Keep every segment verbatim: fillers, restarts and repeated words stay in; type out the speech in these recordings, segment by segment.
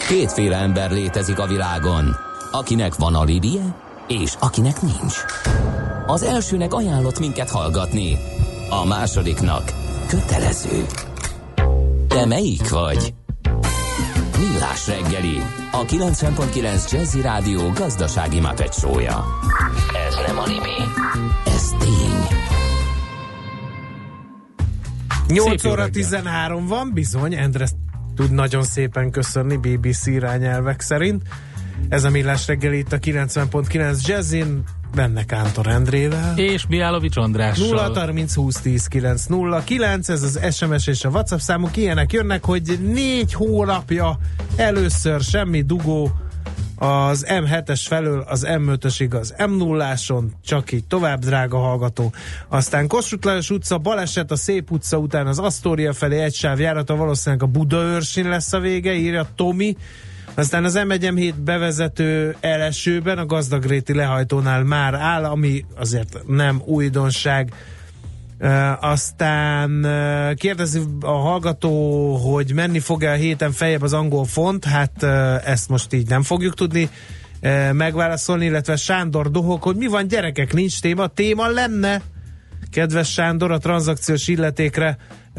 Kétféle ember létezik a világon, akinek van alibije, és akinek nincs. Az elsőnek ajánlott minket hallgatni, a másodiknak kötelező. Te melyik vagy? Millás reggeli, a kilencven pont kilenc Jazzy Rádió gazdasági Muppet show-ja. Ez nem anime, ez tény. nyolc óra tizenhárom van, bizony, Endre tud nagyon szépen köszönni bé bé cé irányelvek szerint. Ez a Millás reggeli itt a kilencven pont kilenc Jazzin, benne Kántor Endrével. És Mihálovics Andrással. nulla harminc húsz tíz kilenc nulla kilenc, ez az es em es és a WhatsApp számuk. Ilyenek jönnek, hogy négy hónapja először semmi dugó az em hetes felől az em ötösig az em nulláson, csak így tovább, drága hallgató. Aztán Kossuth Lajos utca, baleset a Szép utca után az Asztória felé egy sáv járata, valószínűleg a Budaörsin lesz a vége, írja Tomi. Aztán az em egy em hét bevezető elesőben a Gazdagréti lehajtónál már áll, ami azért nem újdonság. Uh, aztán uh, kérdezi a hallgató, hogy menni fog-e a héten feljebb az angol font, hát uh, ezt most így nem fogjuk tudni uh, megválaszolni, illetve Sándor dohog, hogy mi van gyerekek, nincs téma, téma lenne, kedves Sándor, a tranzakciós illetékre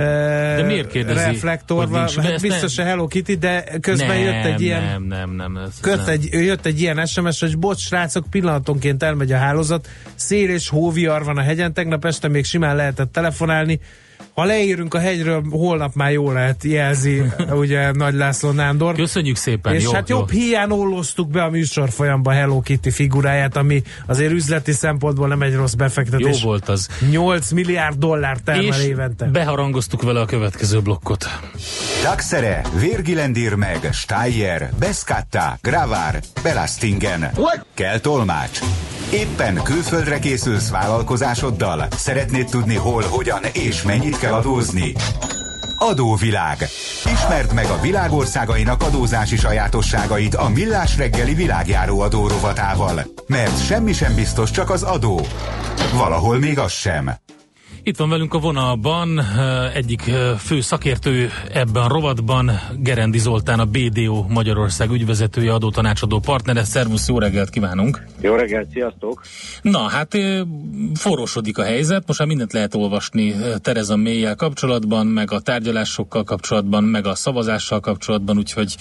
de miért kérdezi, reflektorval, hát biztos a Hello Kitty, de közben nem, jött egy ilyen nem, nem, nem, nem. Egy, jött egy ilyen es em es, hogy bocs srácok, pillanatonként elmegy a hálózat, szél és hóvihar van a hegyen, tegnap este még simán lehetett telefonálni, ha leírunk a hegyről, holnap már jól lehet, jelzi ugye Nagy László Nándor. Köszönjük szépen. És jó, hát jó. jobb hiány olloztuk be a műsorfolyamba Hello Kitty figuráját, ami azért üzleti szempontból nem egy rossz befektetés. Jó volt az. nyolc milliárd dollár termel és évente. beharangoztuk vele a következő blokkot. Daxere, Virgilendir meg, Steyer, Beskatta, Gravár, Belastingen. Kell tolmács. Éppen külföldre készülsz vállalkozásoddal? Szeretnéd tudni hol, hogyan és mennyit kell adózni? Adóvilág. Ismerd meg a világországainak adózási sajátosságait a Millás reggeli világjáró adó rovatával. Mert semmi sem biztos, csak az adó. Valahol még az sem. Itt van velünk a vonalban egyik fő szakértő ebben a rovatban, Gerendi Zoltán, a bé dé o Magyarország ügyvezetője, adótanácsadó partnere. Szervusz, jó reggelt kívánunk! Jó reggelt, sziasztok! Na, hát forrósodik a helyzet, most már mindent lehet olvasni Theresa May-jel kapcsolatban, meg a tárgyalásokkal kapcsolatban, meg a szavazással kapcsolatban, úgyhogy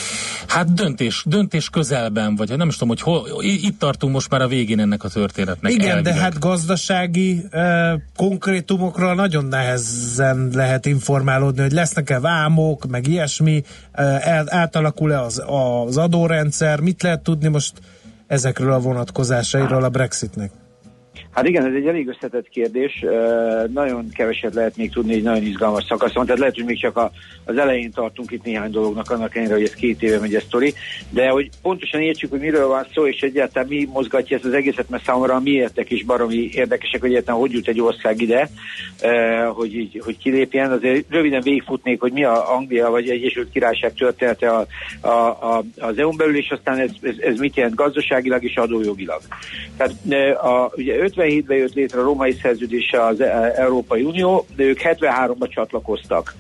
hát döntés, döntés közelben, vagy nem is tudom, hogy hol, itt tartunk most már a végén ennek a történetnek. Igen, elvileg. de hát gazdasági uh, konkrétumokról nagyon nehezen lehet informálódni, hogy lesznek-e vámok, meg ilyesmi, uh, átalakul-e az, az adórendszer, mit lehet tudni most ezekről a vonatkozásairól a Brexitnek? Hát igen, ez egy elég összetett kérdés, uh, nagyon keveset lehet még tudni, egy nagyon izgalmas szakaszon, tehát lehet, hogy még csak a, az elején tartunk itt néhány dolognak, annak ellenére, hogy ez két éve megy a sztori, de hogy pontosan értsük, hogy miről van szó, és egyáltalán mi mozgatja ezt az egészet, mert számomra a miértek is baromi érdekesek, hogy egyáltalán hogy jut egy ország ide, uh, hogy, így, hogy kilépjen. Azért röviden végigfutnék, hogy mi a Anglia vagy Egyesült Királyság története a, a, a, az é u-n belül, és aztán ez, ez, ez mit jelent gazdaságilag és adójogilag. Tehát uh, a, ugye ötvenhétben jött létre a római szerződése az Európai Unió, de ők hetvenháromban csatlakoztak.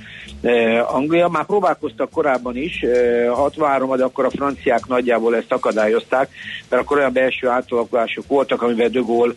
Anglia már próbálkoztak korábban is, hatvanháromban, de akkor a franciák nagyjából ezt akadályozták, mert akkor olyan belső átalakulások voltak, amivel de Gaulle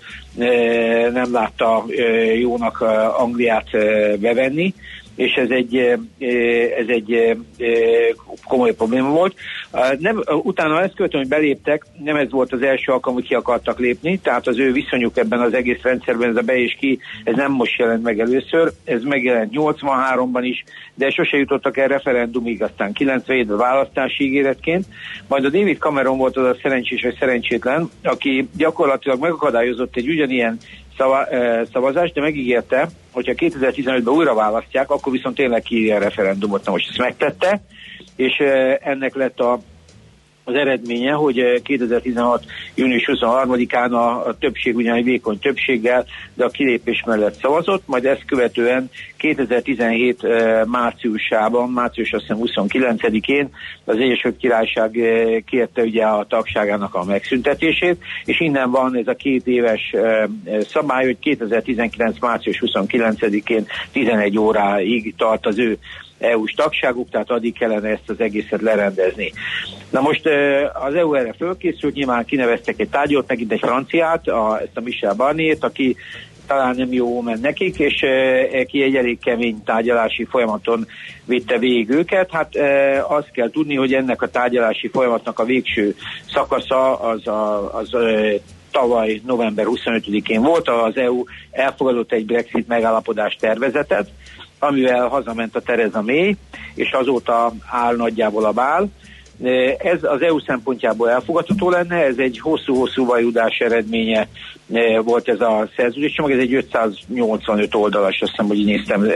nem látta jónak Angliát bevenni, és ez egy, ez egy komoly probléma volt. Nem, utána ezt követően, hogy beléptek, nem ez volt az első alkalom, hogy ki akartak lépni, tehát az ő viszonyuk ebben az egész rendszerben, ez a be és ki, ez nem most jelent meg először, ez megjelent nyolcvanháromban is, de sose jutottak el referendumig, aztán kilencvenhétben választási ígéretként, majd a David Cameron volt az a szerencsés vagy szerencsétlen, aki gyakorlatilag megakadályozott egy ugyanilyen Szava, szavazást, de megígérte, hogyha kétezer-tizenötben újra választják, akkor viszont tényleg kiírja a referendumot. Na most ezt megtette, és ennek lett a, az eredménye, hogy kétezer-tizenhat június huszonharmadikán a, a többség ugyan egy vékony többséggel, de a kilépés mellett szavazott, majd ezt követően kétezer-tizenhét márciusában, március azt hiszem huszonkilencedikén az Egyesült Királyság kérte ugye a tagságának a megszüntetését, és innen van ez a két éves szabály, hogy kétezer-tizenkilenc március huszonkilencedikén tizenegy óráig tart az ő é u-s tagságuk, tehát addig kellene ezt az egészet lerendezni. Na most az é u erre fölkészült, nyilván kineveztek egy tárgyalót, megint egy franciát, a, ezt a Michel Barnier-t, aki talán nem jó ment nekik, és e, ki egy elég kemény tárgyalási folyamaton vitte végig őket. Hát e, azt kell tudni, hogy ennek a tárgyalási folyamatnak a végső szakasza az, a, az e, tavaly november huszonötödikén volt, az é u elfogadott egy Brexit megállapodás tervezetet, amivel hazament a Theresa May, és azóta áll nagyjából a bál. Ez az é u szempontjából elfogadható lenne, ez egy hosszú-hosszú vajudás eredménye volt ez a szerződéscsomag, ez egy ötszáznyolcvanöt oldalas, azt hiszem, hogy így néztem,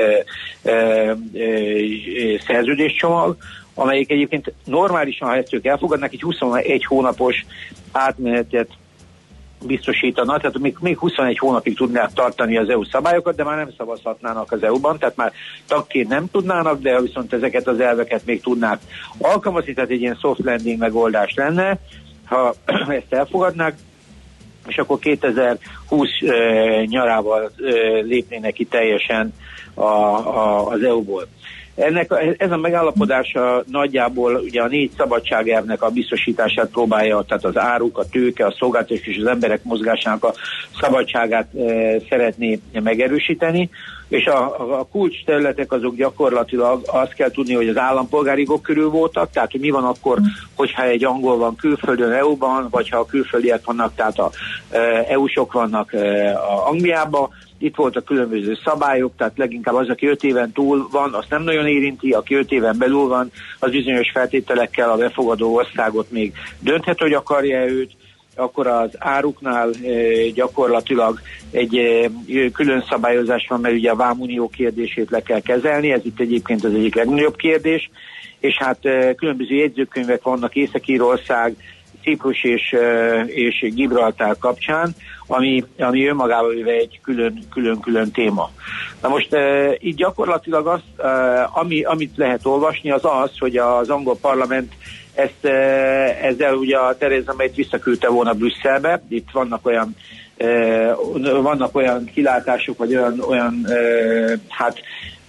szerződéscsomag, amelyik egyébként normálisan, ha ezt ők elfogadnak, egy huszonegy hónapos átmenetet biztosítana, tehát még, még huszonegy hónapig tudnák tartani az é u szabályokat, de már nem szavazhatnának az é u-ban, tehát már tagként nem tudnának, de viszont ezeket az elveket még tudnák alkalmazni, tehát egy ilyen soft landing megoldás lenne, ha ezt elfogadnák, és akkor kétezer-húsz e, nyarával e, lépnének ki teljesen a, a, az é u-ból. Ennek, ez a megállapodása nagyjából ugye a négy szabadságelvnek a biztosítását próbálja, tehát az áruk, a tőke, a szolgáltatás és az emberek mozgásának a szabadságát e, szeretné megerősíteni, és a, a, a kulcs területek azok gyakorlatilag azt kell tudni, hogy az állampolgári jogok körül voltak, tehát hogy mi van akkor, hogyha egy angol van külföldön, é u-ban, vagy ha a külföldiek vannak, tehát a e, é u-sok vannak e, a Angliában. Itt voltak különböző szabályok, tehát leginkább az, aki öt éven túl van, azt nem nagyon érinti, aki öt éven belül van, az bizonyos feltételekkel a befogadó országot még dönthet, hogy akarja őt, akkor az áruknál e, gyakorlatilag egy e, külön szabályozás van, mert ugye a vámunió kérdését le kell kezelni, ez itt egyébként az egyik legnagyobb kérdés, és hát e, különböző jegyzőkönyvek vannak Észak-Írország, Ciprus és, és Gibraltár kapcsán, ami, ami önmagában véve egy külön-külön téma. Na most e, itt gyakorlatilag az, e, ami, amit lehet olvasni, az az, hogy az angol parlament ezt, e, ezzel ugye a Theresa May-t visszaküldte volna Brüsszelbe. Itt vannak olyan e, vannak olyan kilátások, vagy olyan, olyan e, hát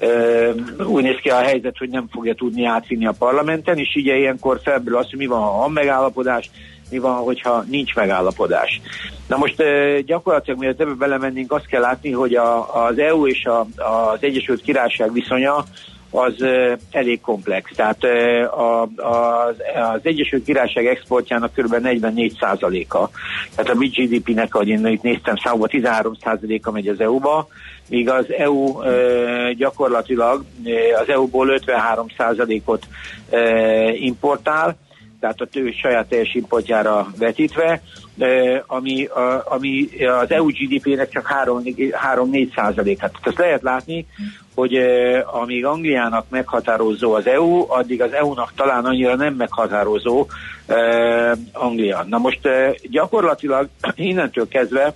Uh, úgy néz ki a helyzet, hogy nem fogja tudni átvinni a parlamenten, és így ilyenkor felből az, hogy mi van, ha van megállapodás, mi van, hogyha nincs megállapodás. Na most uh, gyakorlatilag, mielőtt ebbe belemennénk, azt kell látni, hogy a, az é u és a, az Egyesült Királyság viszonya az uh, elég komplex. Tehát uh, a, az, az Egyesült Királyság exportjának kb. negyvennégy százaléka. Tehát a bé gé dé pé-nek, ahogy én itt néztem számba, tizenhárom százaléka megy az é u-ba, míg az é u uh, gyakorlatilag uh, az é u-ból ötvenhárom százalékot uh, importál, tehát a tő saját teljes importjára vetítve, uh, ami, a, ami az é u gé dé pé-nek csak három-négy százalékát. Tehát azt lehet látni, hogy uh, amíg Angliának meghatározó az é u, addig az é u-nak talán annyira nem meghatározó uh, Anglia. Na most uh, gyakorlatilag innentől kezdve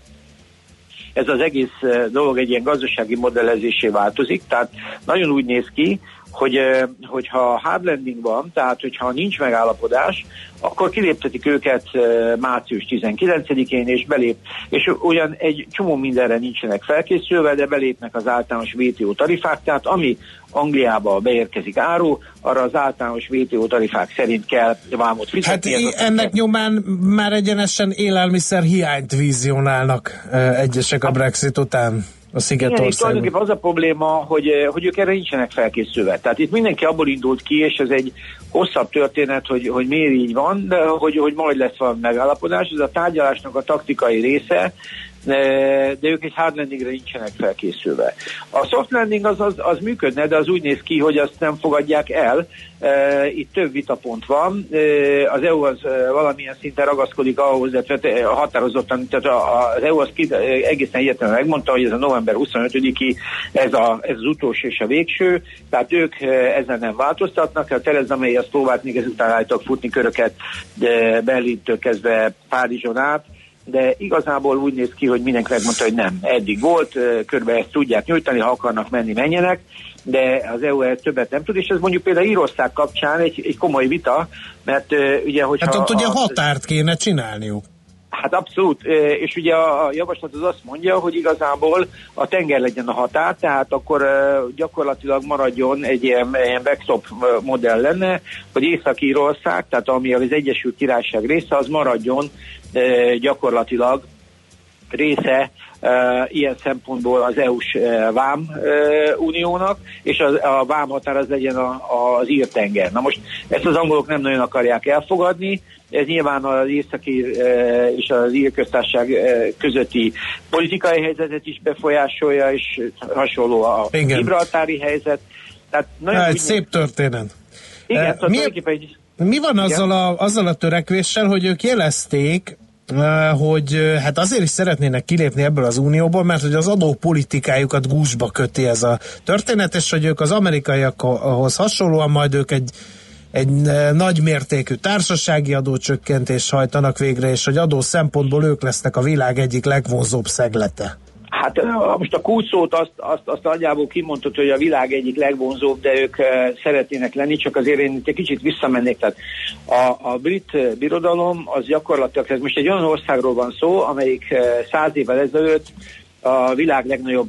ez az egész dolog egy ilyen gazdasági modellezésé változik, tehát nagyon úgy néz ki, hogy hogyha hard landing van, tehát hogyha nincs megállapodás, akkor kiléptetik őket március tizenkilencedikén, és belép, és ugyan egy csomó mindenre nincsenek felkészülve, de belépnek az általános vé té o tarifák, tehát ami Angliába beérkezik áru, arra az általános vé té o tarifák szerint kell vámot fizetni. Hát ennek nyomán már egyenesen élelmiszer hiányt vizionálnak egyesek a Brexit után a Szigetországban. Tulajdonképpen az a probléma, hogy, hogy ők erre nincsenek felkészülve. Tehát itt mindenki abból indult ki, és ez egy hosszabb történet, hogy, hogy miért így van, de hogy, hogy majd lesz valami megállapodás. Ez a tárgyalásnak a taktikai része, de ők egy hard landingre nincsenek felkészülve. A soft landing az, az, az működne, de az úgy néz ki, hogy azt nem fogadják el. Itt több vitapont van. Az é u az valamilyen szinten ragaszkodik ahhoz, illetve határozottan, tehát az é u az egészen egyértelműen megmondta, hogy ez a november huszonötödiki, ez, a, ez az utolsó és a végső, tehát ők ezen nem változtatnak. A Theresa May azt próbált még ezután állítok futni köröket Berlintől kezdve Párizson át, de igazából úgy néz ki, hogy mindenki megmondta, hogy nem. Eddig volt, körbe ezt tudják nyújtani, ha akarnak menni, menjenek, de az é u többet nem tud, és ez mondjuk például Írország kapcsán egy, egy komoly vita, mert ugye, hogyha... Hát ott ugye határt kéne csinálniuk. Hát abszolút, és ugye a javaslat az azt mondja, hogy igazából a tenger legyen a határ, tehát akkor gyakorlatilag maradjon egy ilyen, ilyen backstop modell lenne, hogy Észak-Írország, tehát ami az Egyesült Királyság része, az maradjon gyakorlatilag része uh, ilyen szempontból az é u-s uh, vám uh, uniónak, és az, a vám határ az legyen a, a, az Ír-tenger. Na most ezt az angolok nem nagyon akarják elfogadni, ez nyilván az északi uh, és az Ír köztársaság uh, közötti politikai helyzetet is befolyásolja, és hasonló a gibraltári helyzet. Tehát nagyon ja, egy úgy, szép történet. Igen, uh, mi, egy, mi van azzal a, azzal a törekvéssel, hogy ők jelezték, hogy hát azért is szeretnének kilépni ebből az unióból, mert hogy az adópolitikájukat gúzsba köti ez a történet, és hogy ők az amerikaiakhoz hasonlóan majd ők egy, egy nagy mértékű társasági adócsökkentést hajtanak végre, és hogy adó szempontból ők lesznek a világ egyik legvonzóbb szeglete. Hát most a kulcsszót azt, azt, azt nagyjából kimondtad, hogy a világ egyik legvonzóbb, de ők szeretnének lenni, csak azért én egy kicsit visszamennék. Tehát a, a brit birodalom az gyakorlatilag, ez most egy olyan országról van szó, amelyik száz évvel ezelőtt a világ legnagyobb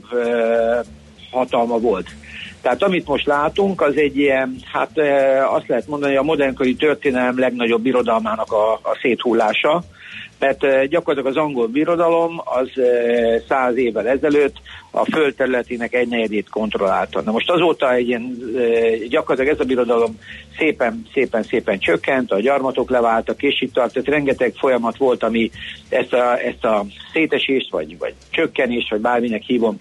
hatalma volt. Tehát amit most látunk, az egy ilyen, hát azt lehet mondani, a modernkori történelem legnagyobb birodalmának a, a széthullása, mert gyakorlatilag az angol birodalom az száz évvel ezelőtt a föld területének egy negyedét kontrollálta. Na most azóta egy ilyen, gyakorlatilag ez a birodalom szépen, szépen, szépen csökkent, a gyarmatok leváltak, és itt tart, tehát rengeteg folyamat volt, ami ezt a, ezt a szétesést, vagy, vagy csökkenést, vagy bárminek hívom,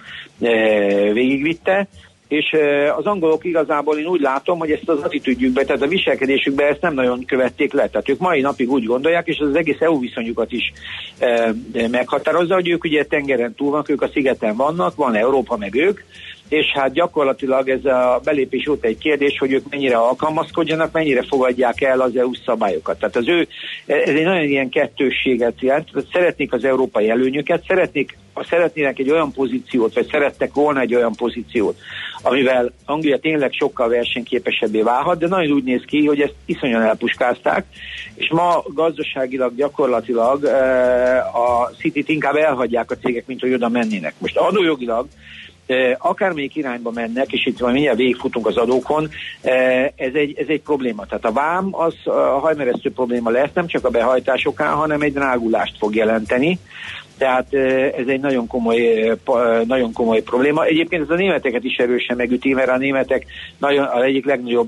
végigvitte. És az angolok igazából én úgy látom, hogy ezt az attitűdjükbe, tehát a viselkedésükbe ezt nem nagyon követték le. Tehát ők mai napig úgy gondolják, és az egész é u viszonyukat is e, meghatározza, hogy ők ugye tengeren túl vannak, ők a szigeten vannak, van Európa meg ők, és hát gyakorlatilag ez a belépés óta egy kérdés, hogy ők mennyire alkalmazkodjanak, mennyire fogadják el az é u szabályokat. Tehát az ő, ez egy nagyon ilyen kettősséget jelent, szeretnék az európai előnyöket, szeretnék, szeretnének egy olyan pozíciót, vagy szerettek volna egy olyan pozíciót, amivel Anglia tényleg sokkal versenyképesebbé válhat, de nagyon úgy néz ki, hogy ezt iszonyan elpuskázták, és ma gazdaságilag gyakorlatilag a Cityt inkább elhagyják a cégek, mint hogy oda mennének. Most adójogilag akármelyik irányba mennek, és itt majd mindjárt végigfutunk az adókon, ez egy, ez egy probléma. Tehát a vám az a hajmeresztő probléma lesz, nem csak a behajtásokán, hanem egy drágulást fog jelenteni. Tehát ez egy nagyon komoly, nagyon komoly probléma. Egyébként ez a németeket is erősen megüti, mert a németek nagyon, az egyik legnagyobb,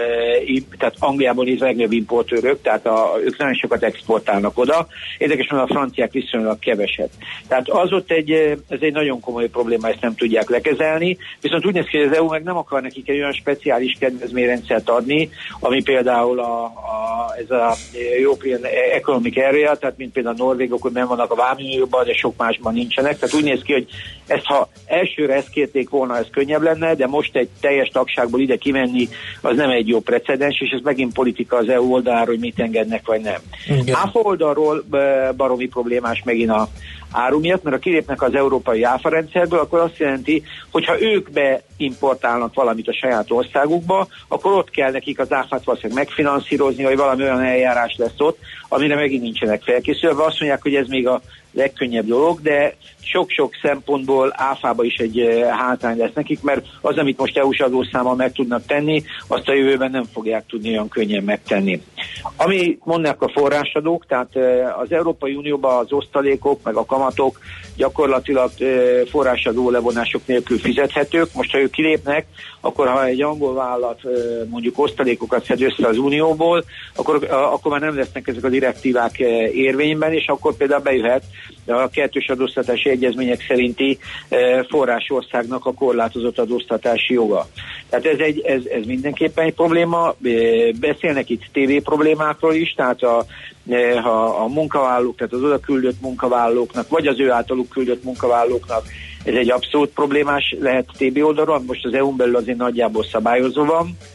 tehát Angliából nézve legnagyobb importőrök, tehát a, ők nagyon sokat exportálnak oda. Érdekes, hogy a franciák viszonylag keveset. Tehát az ott egy, ez egy nagyon komoly probléma, ezt nem tudják lekezelni. Viszont úgy néz ki, hogy az é u meg nem akar nekik egy olyan speciális kedvezményrendszert adni, ami például a, a, ez a European Economic Area, tehát mint például a norvégok, hogy nem vannak a vámunióban, de sok másban nincsenek. Tehát úgy néz ki, hogy ezt, ha elsőre ezt kérték volna, ez könnyebb lenne, de most egy teljes tagságból ide kimenni, az nem egy jó precedens, és ez megint politika az é u oldaláról, hogy mit engednek, vagy nem. Áfa oldalról baromi problémás megint a áru miatt, mert ha kilépnek az európai áfa rendszerből, akkor azt jelenti, hogyha ők beimportálnak valamit a saját országukba, akkor ott kell nekik az áfát valószínűleg megfinanszírozni, vagy valami olyan eljárás lesz ott, amire megint nincsenek felkészülve. Azt mondják, hogy ez még a legkönnyebb dolog, de sok-sok szempontból áfába is egy hátrány lesz nekik, mert az, amit most é u-s adószámmal meg tudnak tenni, azt a jövőben nem fogják tudni olyan könnyen megtenni. Ami mondják a forrásadók, tehát az Európai Unióban az osztalékok, meg a kamatok gyakorlatilag forrásadó levonások nélkül fizethetők. Most, ha ők kilépnek, akkor ha egy angol vállalat mondjuk osztalékokat szed össze az Unióból, akkor, akkor már nem lesznek ezek a direktívák érvényben, és akkor például bejöhet a kettős adóztatási egyezmények szerinti forrásországnak a korlátozott adóztatási joga. Tehát ez, egy, ez, ez mindenképpen egy probléma. Beszélnek itt tévé problémákról is, tehát a, a, a munkavállalók, tehát az oda küldött munkavállalóknak, vagy az ő általuk küldött munkavállalóknak ez egy abszolút problémás lehet té bé oldalról, most az é u-n belül azért nagyjából szabályozó van.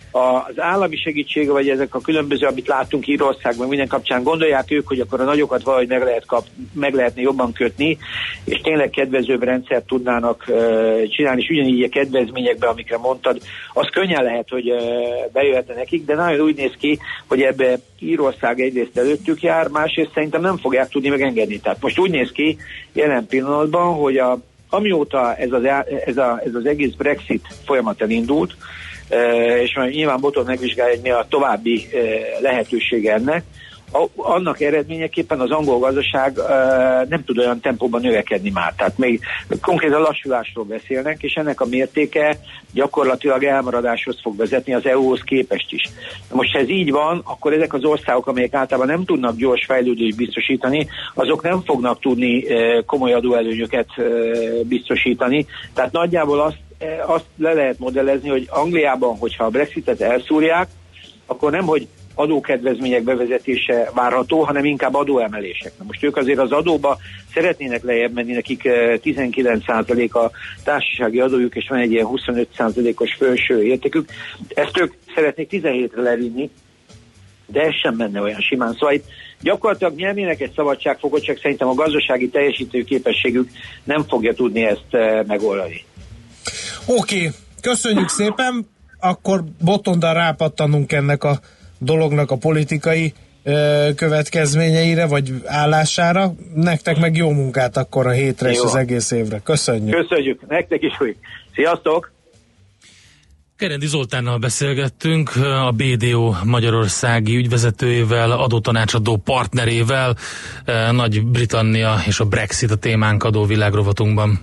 az állami segítsége, vagy ezek a különböző, amit láttunk Írországban, minden kapcsán gondolják ők, hogy akkor a nagyokat valahogy meg, lehet kap, meg lehetne jobban kötni, és tényleg kedvezőbb rendszert tudnának uh, csinálni, és ugyanígy a kedvezményekbe, amikre mondtad, az könnyen lehet, hogy uh, bejöhetne nekik, de nagyon úgy néz ki, hogy ebbe Írország egyrészt előttük jár, másrészt szerintem nem fogják tudni megengedni. Tehát most úgy néz ki jelen pillanatban, hogy a, amióta ez az, ez, a, ez az egész Brexit folyamat elindult, és majd nyilván Botond megvizsgálja, hogy mi a további lehetősége ennek. Annak eredményeképpen az angol gazdaság nem tud olyan tempóban növekedni már. Tehát még konkrétan lassulásról beszélnek, és ennek a mértéke gyakorlatilag elmaradáshoz fog vezetni az é u-hoz képest is. Most, ha ez így van, akkor ezek az országok, amelyek általában nem tudnak gyors fejlődést biztosítani, azok nem fognak tudni komoly adóelőnyöket biztosítani. Tehát nagyjából azt azt le lehet modellezni, hogy Angliában, hogyha a Brexitet elszúrják, akkor nem, hogy adókedvezmények bevezetése várható, hanem inkább adóemelések. Na most ők azért az adóba szeretnének lejjebb menni, nekik tizenkilenc százalék a társasági adójuk, és van egy ilyen huszonöt százalékos felső értékük. Ezt ők szeretnék tizenhétre levinni, de ez sem menne olyan simán. Szóval itt gyakorlatilag nyernének egy szabadságfokot, csak szerintem a gazdasági teljesítő képességük nem fogja tudni ezt megoldani. Oké, okay, köszönjük szépen, akkor Botondal rápattanunk ennek a dolognak a politikai ö, következményeire, vagy állására. Nektek meg jó munkát akkor a hétre jó. És az egész évre. Köszönjük. Köszönjük, nektek is úgy. Sziasztok! Kerendi Zoltánnal beszélgettünk, a bé dé o magyarországi ügyvezetőjével, adótanácsadó partnerével. Nagy-Britannia és a Brexit a témánk adóvilágrovatunkban.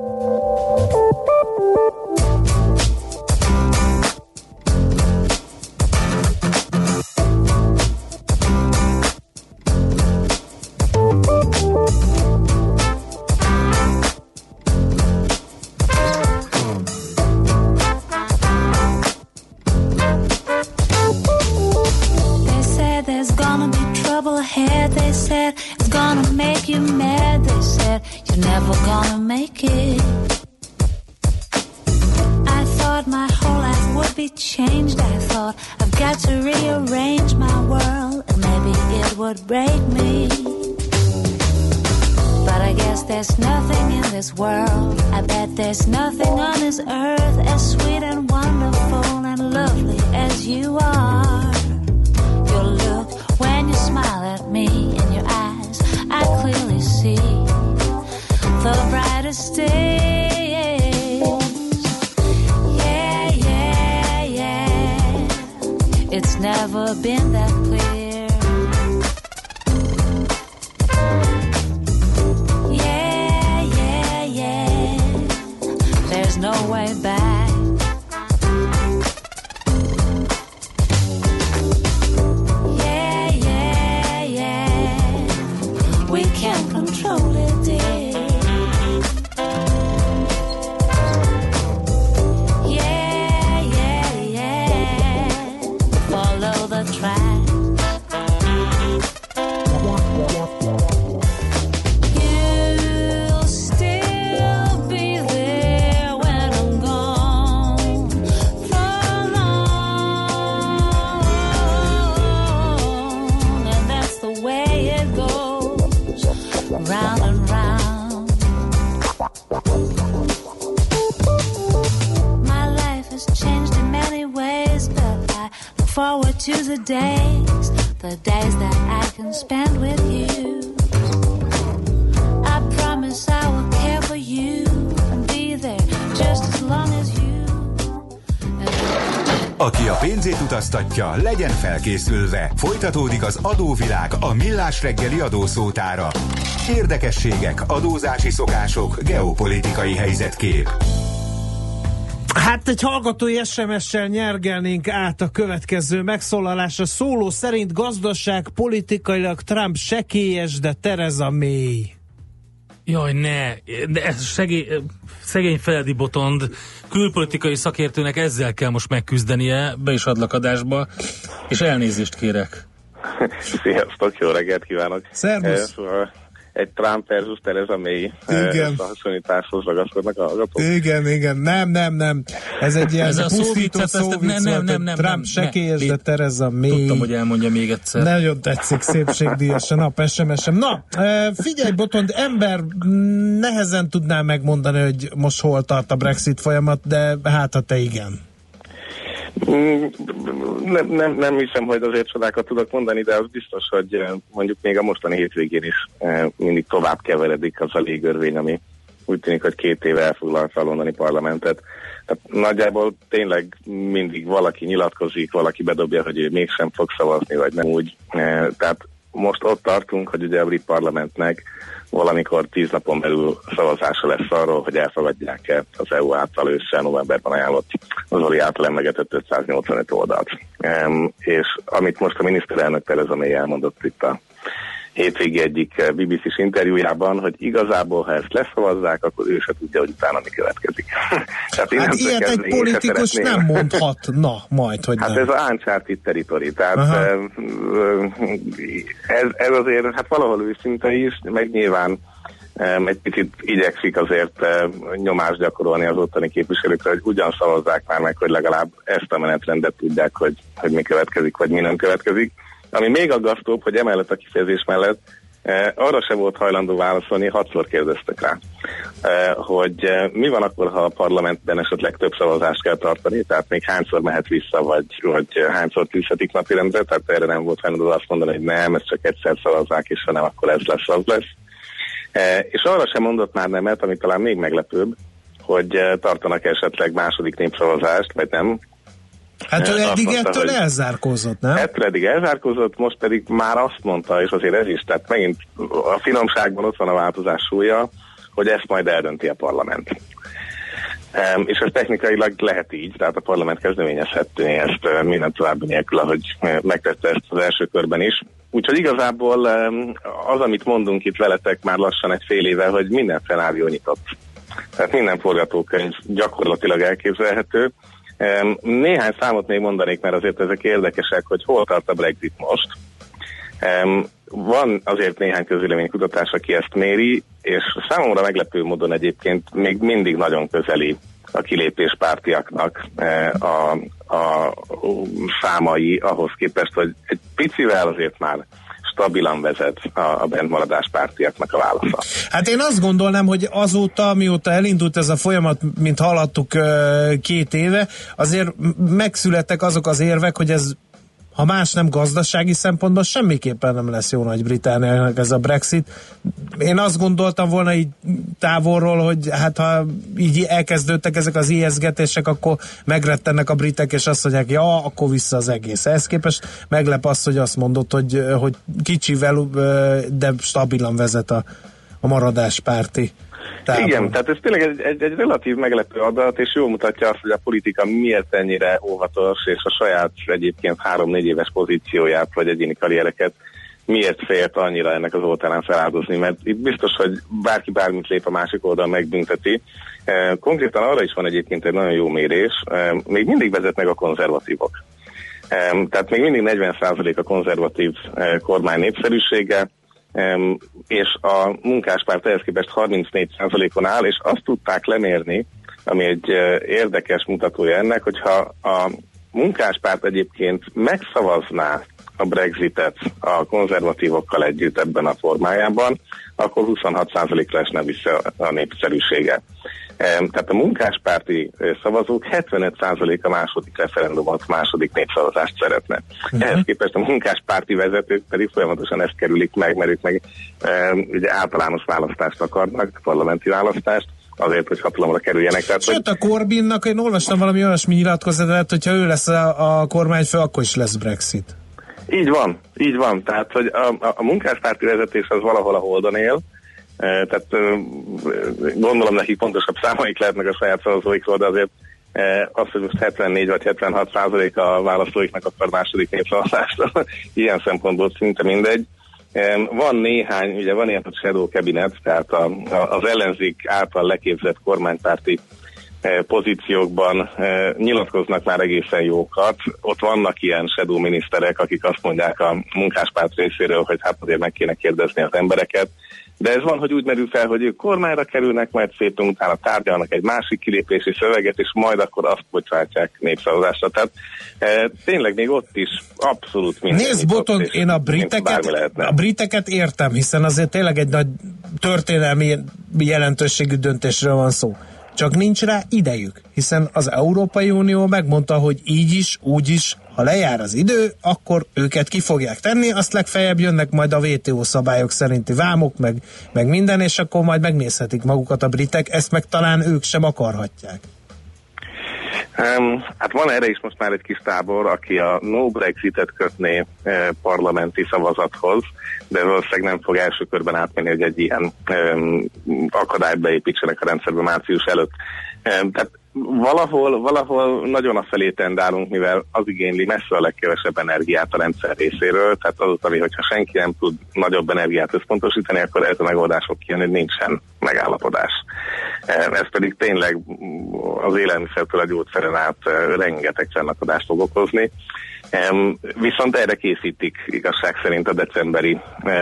Aki a pénzét utaztatja, legyen felkészülve. Folytatódik az adóvilág a Millás reggeli adószótára. Érdekességek, adózási szokások, geopolitikai helyzetkép. Hát egy hallgatói es em es-sel nyergelnénk át a következő megszólalásra. Szóló szerint gazdaság politikailag Trump sekélyes, de Theresa May. Jaj, ne! De ez segély, szegény Feledi Botond külpolitikai szakértőnek ezzel kell most megküzdenie, be is adlak adásba, és elnézést kérek. Sziasztok, jó reggelt kívánok! Szervusz! egy Trump versus Theresa May hasonlításhoz ragaszkodnak a hallgatók. Igen, igen, nem, nem, nem. Ez egy ilyen pusztító szó vicc nem, nem, nem, Trump sekélyes, de Theresa May. Tudtam, hogy elmondja még egyszer. Nagyon tetszik, szépségdíjas a nap, es em es-em. Na, figyelj, Botond, ember nehezen tudná megmondani, hogy most hol tart a Brexit folyamat, de hát ha te igen. Nem, nem, nem hiszem, hogy azért csodákat tudok mondani, de az biztos, hogy mondjuk még a mostani hétvégén is mindig tovább keveredik az a légörvény, ami úgy tűnik, hogy két éve elfoglalta a londoni parlamentet. Tehát nagyjából tényleg mindig valaki nyilatkozik, valaki bedobja, hogy ő mégsem fog szavazni, vagy nem úgy. Tehát most ott tartunk, hogy ugye a brit parlamentnek valamikor tíz napon belül szavazása lesz arról, hogy elfogadják-e az é u által ősszel novemberben ajánlott, az Zoli által emlegetett ötszáznyolcvanöt oldalt. Um, és amit most a miniszterelnök Theresa May elmondott itt a hétvégi egyik bé bé cés interjújában, hogy igazából, ha ezt leszavazzák, akkor ő se tudja, hogy utána mi következik. hát ilyet egy politikus nem mondhatna majd, hogy hát nem. ez az uncharted territory, tehát ez, ez azért hát valahol őszinte is, meg nyilván egy picit igyekszik azért nyomást gyakorolni az ottani képviselőkre, hogy ugyan szavazzák már meg, hogy legalább ezt a menetrendet tudják, hogy, hogy mi következik, vagy mi nem következik. Ami még aggasztóbb, hogy emellett a kifejezés mellett eh, arra se volt hajlandó válaszolni, hatszor kérdeztek rá, eh, hogy eh, mi van akkor, ha a parlamentben esetleg több szavazást kell tartani, tehát még hányszor mehet vissza, vagy, vagy hányszor tűzhetik napirendre, tehát erre nem volt hajlandó azt mondani, hogy nem, ezt csak egyszer szavazzák, és ha nem, akkor ez lesz, az lesz. Eh, és arra sem mondott már nemet, ami talán még meglepőbb, hogy eh, tartanak esetleg második népszavazást, vagy nem. Hát ő eddig mondta, ettől elzárkózott, nem? Ettől eddig elzárkózott, most pedig már azt mondta, és azért ez is, tehát megint a finomságban ott van a változás súlya, hogy ezt majd eldönti a parlament. Um, és ez technikailag lehet így, tehát a parlament kezdeményezhetné ezt minden további nélkül, ahogy megtette ezt az első körben is. Úgyhogy igazából um, az, amit mondunk itt veletek már lassan egy fél éve, hogy minden szenárió nyitott. Tehát minden forgatókönyv gyakorlatilag elképzelhető. Um, néhány számot még mondanék, mert azért ezek érdekesek, hogy hol tart a Brexit most. Um, van azért néhány közvéleménykutatás, aki ezt méri, és számomra meglepő módon egyébként még mindig nagyon közeli a kilépéspártiaknak eh, a, a, a számai ahhoz képest, hogy egy picivel azért már stabilan vezet a, a bentmaradás pártiaknak a válasza. Hát én azt gondolnám, hogy azóta, mióta elindult ez a folyamat, mint hallottuk két éve, azért megszülettek azok az érvek, hogy ez, ha más nem gazdasági szempontból, semmiképpen nem lesz jó Nagy-Britanniának ez a Brexit. Én azt gondoltam volna így távolról, hogy hát ha így elkezdődtek ezek az ijesztgetések, akkor megrettennek a britek, és azt mondják, ja, akkor vissza az egész. Ehhez képest meglep az, hogy azt mondott, hogy, hogy kicsivel, de stabilan vezet a, a maradáspárti tábor. Igen, tehát ez tényleg egy, egy, egy relatív meglepő adat, és jól mutatja azt, hogy a politika miért ennyire óvatos, és a saját egyébként három-négy éves pozícióját, vagy egyéni karriereket miért félt annyira ennek az oltárán feláldozni, mert itt biztos, hogy bárki bármit lép a másik oldal megbünteti. Konkrétan arra is van egyébként egy nagyon jó mérés, még mindig vezetnek a konzervatívok. Tehát még mindig negyven százalék a konzervatív kormány népszerűsége, Um, és a munkáspárt ehhez képest harmincnégy százalékon áll, és azt tudták lemérni, ami egy uh, érdekes mutatója ennek, hogyha a munkáspárt egyébként megszavazná a Brexitet a konzervatívokkal együtt ebben a formájában, akkor huszonhat százalékra esne vissza a népszerűsége. Um, tehát a munkáspárti szavazók hetvenöt százaléka második referendumot, második népszavazást szeretne. Uh-huh. Ehhez képest a munkáspárti vezetők pedig folyamatosan ezt kerülik meg, mert ők meg um, ugye általános választást akarnak, parlamenti választást, azért, hogy hatalomra kerüljenek. Tehát, sőt, hogy... a Corbynnak én olvastam valami olyasmi nyilatkozatát, hogyha ő lesz a, a kormányfő, akkor is lesz Brexit. Így van, így van. Tehát, hogy a, a, a munkáspárti vezetés az valahol a holdon él, tehát gondolom nekik pontosabb számaik lehetnek a saját szavazóikról, de azért az, hogy most hetvennégy vagy hetvenhat százalék a választóiknak akar második népszavazást, ilyen szempontból szinte mindegy. Van néhány, ugye van ilyen a shadow cabinet, tehát a, a, az ellenzék által leképzett kormánypárti pozíciókban nyilatkoznak már egészen jókat. Ott vannak ilyen shadow miniszterek, akik azt mondják a munkáspárt részéről, hogy hát azért meg kéne kérdezni az embereket. De ez van, hogy úgy merül fel, hogy ők kormányra kerülnek, majd szépen utána tárgyalnak egy másik kilépési szöveget, és majd akkor azt bocsátják népszavazásra. Tehát e, tényleg még ott is abszolút minden. Nézd, Botond, én a briteket, a briteket értem, hiszen azért tényleg egy nagy történelmi jelentőségű döntésről van szó. Csak nincs rá idejük, hiszen az Európai Unió megmondta, hogy így is, úgy is, ha lejár az idő, akkor őket ki fogják tenni, azt legfeljebb jönnek majd a vé té o szabályok szerinti vámok, meg, meg minden, és akkor majd megnézhetik magukat a britek, ezt meg talán ők sem akarhatják. Um, hát van erre is most már egy kis tábor, aki a no Brexitet kötné eh, parlamenti szavazathoz, de valószínűleg nem fog első körben átmenni, hogy egy ilyen um, akadályt beépítsenek a rendszerbe március előtt. Um, tehát valahol, valahol nagyon afelé tendálunk, mivel az igényli messze a legkevesebb energiát a rendszer részéről, tehát azután, hogyha senki nem tud nagyobb energiát összpontosítani, akkor ez a megoldás fog kijönni, hogy nincsen megállapodás. Ez pedig tényleg az élelmiszertől a gyógyszeren át rengeteg fennakadást fog okozni. Viszont erre készítik igazság szerint a decemberi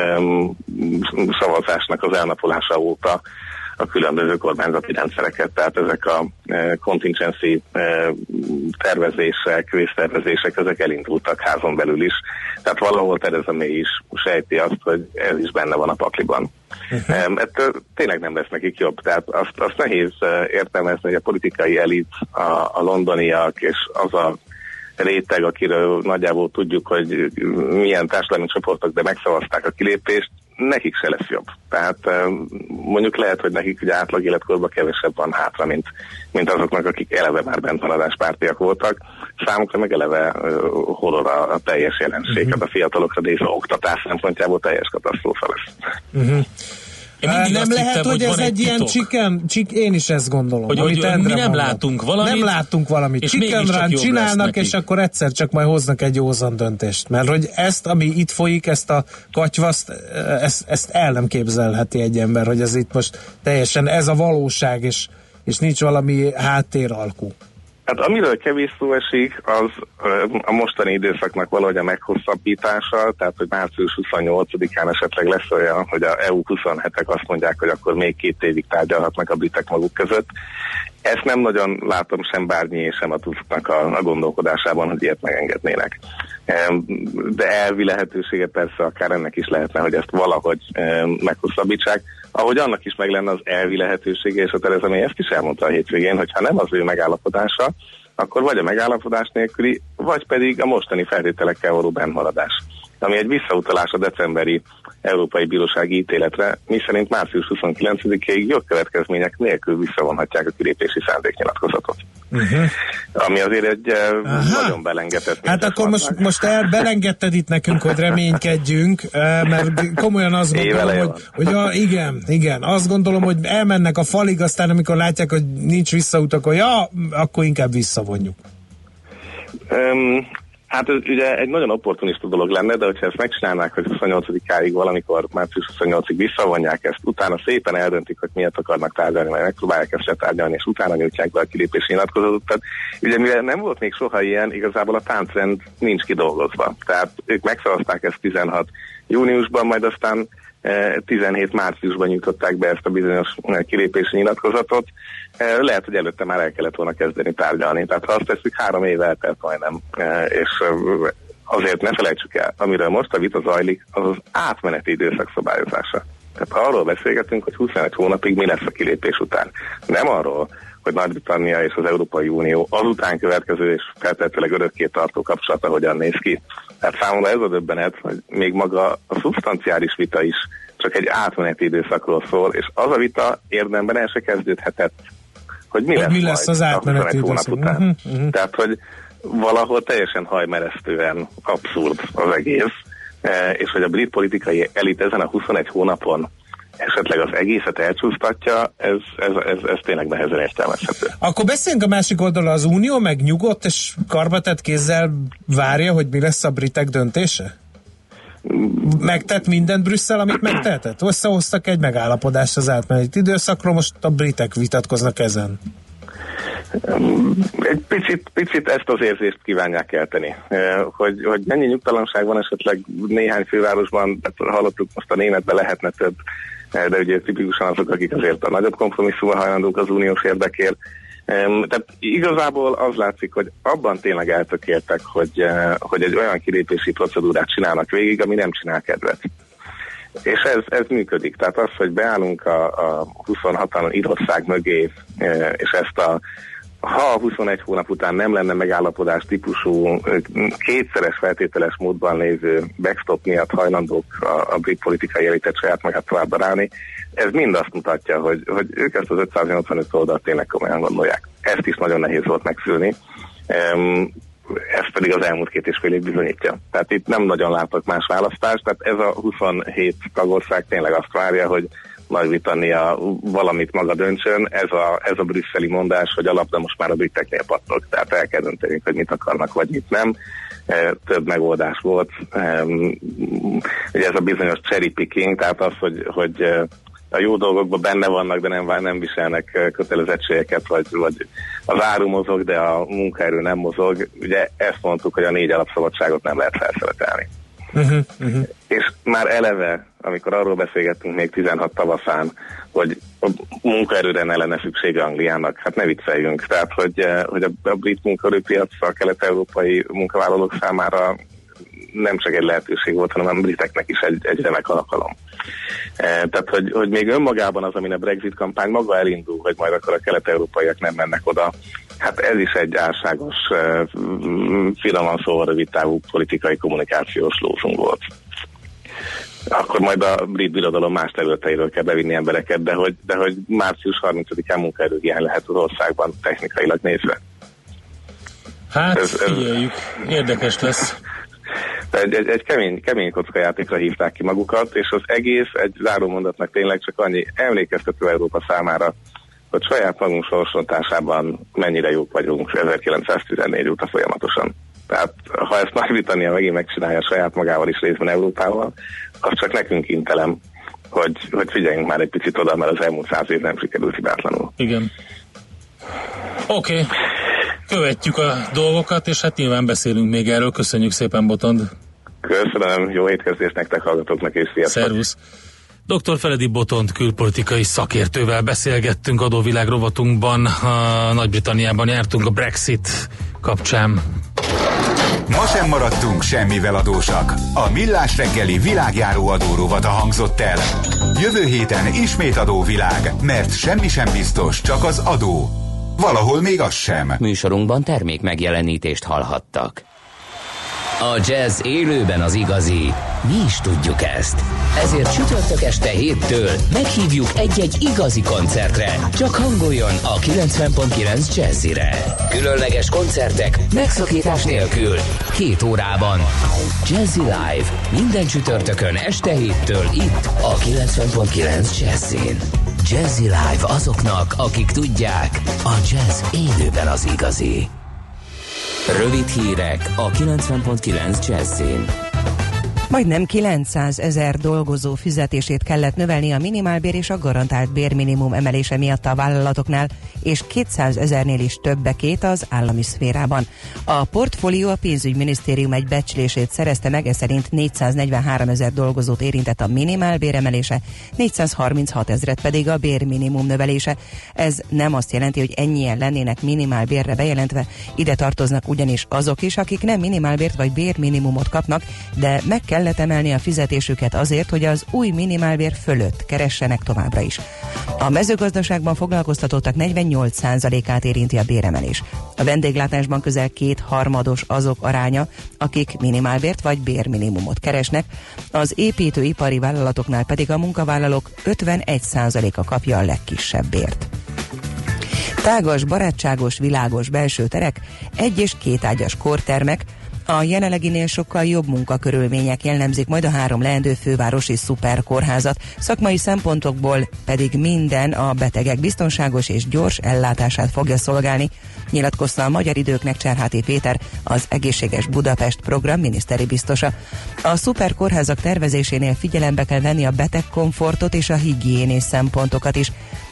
szavazásnak az elnapolása óta a különböző kormányzati rendszereket, tehát ezek a e, contingency e, tervezések, vésztervezések, ezek elindultak házon belül is. Tehát valahol Theresa May is sejti azt, hogy ez is benne van a pakliban. Uh-huh. E, ettől tényleg nem lesz nekik jobb. Tehát azt, azt nehéz értelmezni, hogy a politikai elit, a, a londoniak és az a réteg, akiről nagyjából tudjuk, hogy milyen társadalmi csoportok, de megszavazták a kilépést, nekik se lesz jobb. Tehát mondjuk lehet, hogy nekik ugye átlag életkorban kevesebb van hátra, mint, mint azoknak, akik eleve már bentmaradáspártiak voltak. Számukra meg eleve uh, horror a, a teljes jelenség, uh-huh. a fiatalokra nézve oktatás szempontjából teljes katasztrófa lesz. Uh-huh. Nem lehet, hittem, hogy, hogy ez egy ilyen chicken, chick, én is ezt gondolom. Hogy, hogy mi nem mondott. látunk valamit. Nem látunk valamit. Chicken run csinálnak, és akkor egyszer csak majd hoznak egy józan döntést. Mert hogy ezt, ami itt folyik, ezt a katyvaszt, ezt, ezt el nem képzelheti egy ember, hogy ez itt most teljesen ez a valóság, és, és nincs valami háttéralkú. Hát amiről kevés szó esik, az a mostani időszaknak valahogy a meghosszabbítása, tehát hogy március huszonnyolcadikán esetleg lesz olyan, hogy a é u huszonhetek azt mondják, hogy akkor még két évig tárgyalhatnak a britek maguk között. Ezt nem nagyon látom sem Barnier, sem a Tusknak a, a gondolkodásában, hogy ilyet megengednének. De elvi lehetősége persze akár ennek is lehetne, hogy ezt valahogy meghosszabbítsák. Ahogy annak is meg lenne az elvi lehetősége, és a Theresa May ezt is elmondta a hétvégén, hogy ha nem az ő megállapodása, akkor vagy a megállapodás nélküli, vagy pedig a mostani feltételekkel való bennmaradás. Ami egy visszautalás a decemberi Európai Bírósági ítéletre, miszerint március huszonkilencedikéig jogkövetkezmények nélkül visszavonhatják a kilépési szándéknyilatkozatot. Uh-huh. Ami azért egy Aha. nagyon belengedett. Hát akkor most, most elbelengedted itt nekünk, hogy reménykedjünk, mert komolyan azt gondolom, hogy, hogy a, igen, igen, azt gondolom, hogy elmennek a falig, aztán amikor látják, hogy nincs visszaút, akkor ja, akkor inkább visszavonjuk. Um, Hát ez ugye egy nagyon opportunista dolog lenne, de hogyha ezt megcsinálnák, hogy huszonnyolcadikáig valamikor március huszonnyolcadikáig visszavonják ezt, utána szépen eldöntik, hogy miért akarnak tárgyalni, majd megpróbálják ezt letárgyalni, és utána nyújtják be a kilépési nyilatkozatot. Tehát ugye mivel nem volt még soha ilyen, igazából a táncrend nincs kidolgozva. Tehát ők megszavazták ezt tizenhat júniusban, majd aztán tizenhét márciusban nyújtották be ezt a bizonyos kilépési nyilatkozatot. Lehet, hogy előtte már el kellett volna kezdeni tárgyalni. Tehát ha azt tesszük, három év eltelt majdnem. És azért ne felejtsük el, amiről most a vita zajlik, az az átmeneti időszak szabályozása. Tehát arról beszélgetünk, hogy huszonegy hónapig mi lesz a kilépés után. Nem arról, hogy Nagy-Britannia és az Európai Unió azután következő és feltétlenül örökké tartó kapcsolata hogyan néz ki. Tehát számomra ez a döbbenet, hogy még maga a szubstanciális vita is csak egy átmeneti időszakról szól, és az a vita érdemben el se kezdődhetett, hogy mi, hogy lesz, mi lesz az átmeneti hónap után. Uh-huh, uh-huh. Tehát, hogy valahol teljesen hajmeresztően abszurd az egész, és hogy a brit politikai elit ezen a huszonegy hónapon esetleg az egészet elcsúsztatja, ez, ez, ez, ez tényleg nehezen értelmezhető. Akkor beszéljünk a másik oldalra, az Unió meg nyugodt és karbatett kézzel várja, hogy mi lesz a britek döntése? Megtett mindent Brüsszel, amit megtehetett? Összehoztak egy megállapodást az átmeneti időszakról, most a britek vitatkoznak ezen. Egy picit, picit ezt az érzést kívánják kelteni, hogy, hogy mennyi nyugtalanság van esetleg néhány fővárosban, hallottuk most a németben lehetne több, de ugye tipikusan azok, akik azért a nagyobb kompromisszumra hajlandók az uniós érdekért. Tehát igazából az látszik, hogy abban tényleg eltökéltek, hogy, hogy egy olyan kilépési procedúrát csinálnak végig, ami nem csinál kedvet. És ez, ez működik. Tehát az, hogy beállunk a, a huszonhatan Írország mögé, és ezt a ha a huszonegy hónap után nem lenne megállapodás típusú, kétszeres feltételes módban lévő backstop miatt hajlandók a, a brit politikai elitet saját magát tovább darálni, ez mind azt mutatja, hogy, hogy ők ezt az ötszáznyolcvanöt oldalt tényleg komolyan gondolják. Ezt is nagyon nehéz volt megszülni. Ez pedig az elmúlt két és fél év bizonyítja. Tehát itt nem nagyon látok más választást, tehát ez a huszonhét tagország tényleg azt várja, hogy Nagy-Britannia valamit maga döntsön, ez a, ez a brüsszeli mondás, hogy a labda most már a briteknél pattog, tehát el kell dönteni, hogy mit akarnak, vagy mit nem. E, több megoldás volt. E, ugye ez a bizonyos cherry picking, tehát az, hogy, hogy a jó dolgokban benne vannak, de nem, nem viselnek kötelezettségeket, vagy, vagy az áru mozog, de a munkaerő nem mozog. Ugye ezt mondtuk, hogy a négy alapszabadságot nem lehet felszeletelni. Uh-huh, uh-huh. És már eleve, amikor arról beszélgettünk még tizenhat tavaszán, hogy a munkaerőre ne lenne szüksége Angliának, hát ne vicceljünk. Tehát, hogy, hogy a, a brit munkaerőpiac a kelet-európai munkavállalók számára nem csak egy lehetőség volt, hanem a briteknek is egy, egy remek alkalom. E, tehát, hogy, hogy még önmagában az, amin a Brexit kampány maga elindul, hogy majd akkor a kelet-európaiak nem mennek oda, hát ez is egy álságos, finoman szóval rövidtávú politikai kommunikációs lózunk volt. Akkor majd a brit birodalom más területeiről kell bevinni embereket, de hogy, de hogy március harmincadikán munkaerőhiány lehet az országban technikailag nézve. Hát ez, ez, figyeljük, érdekes lesz. Egy, egy, egy kemény, kemény kockajátékra hívták ki magukat, és az egész egy zárómondatnak tényleg csak annyi emlékeztető Európa számára, hogy saját magunk sorsrontásában mennyire jók vagyunk ezerkilencszáztizennégy óta folyamatosan. Tehát ha ezt Nagy-Britannia megint megcsinálja saját magával is részben Európával, az csak nekünk intelem, hogy, hogy figyeljünk már egy picit oda, mert az elmúlt száz év nem sikerült hibátlanul. Igen. Oké. Okay. Követjük a dolgokat, és hát nyilván beszélünk még erről. Köszönjük szépen, Botond. Köszönöm, jó étkezdést nektek, hallgatóknak, és sziasztok. Szervusz. doktor Feledi Botond külpolitikai szakértővel beszélgettünk adóvilág rovatunkban. A Nagy-Britanniában jártunk a Brexit kapcsán. Ma sem maradtunk semmivel adósak. A Millás reggeli világjáró adó rovata hangzott el. Jövő héten ismét adóvilág, mert semmi sem biztos, csak az adó. Valahol még az sem. Műsorunkban termék megjelenítést hallhattak. A jazz élőben az igazi. Mi is tudjuk ezt. Ezért csütörtök este héttől meghívjuk egy-egy igazi koncertre. Csak hangoljon a kilencven pont kilenc Jazzire. Különleges koncertek megszakítás nélkül. Két órában. Jazzy Live. Minden csütörtökön este héttől itt a kilencven pont kilenc Jazzin. Jazzy Live azoknak, akik tudják, a jazz élőben az igazi. Rövid hírek a kilencven pont kilenc Jazzin. Majdnem kilencszázezer dolgozó fizetését kellett növelni a minimálbér és a garantált bérminimum emelése miatt a vállalatoknál, és kétszázezernél is többekét az állami szférában. A Portfólió a pénzügyminisztérium egy becslését szerezte meg, ez szerint négyszáznegyvenháromezer dolgozót érintett a minimálbér emelése, négyszázharminchat ezret pedig a bérminimum növelése. Ez nem azt jelenti, hogy ennyien lennének minimálbérre bejelentve, ide tartoznak ugyanis azok is, akik nem minimálbért vagy bérminimumot kapnak, de meg kellett emelni a fizetésüket azért, hogy az új minimálbér fölött keressenek továbbra is. A mezőgazdaságban foglalkoztatottak negyvennyolc százalékát érinti a béremelés. A vendéglátásban közel kétharmados azok aránya, akik minimálbért vagy bérminimumot keresnek, az építőipari vállalatoknál pedig a munkavállalók ötvenegy százaléka kapja a legkisebb bért. Tágas, barátságos, világos belső terek, egy- és kétágyas kórtermek, a jelenleginél sokkal jobb munkakörülmények jellemzik majd a három leendő fővárosi szuperkórházat, szakmai szempontokból pedig minden a betegek biztonságos és gyors ellátását fogja szolgálni, nyilatkozta a Magyar Időknek Cserháti Péter, az Egészséges Budapest program miniszteri biztosa. A szuperkórházak tervezésénél figyelembe kell venni a betegkomfortot és a higiénés szempontokat is.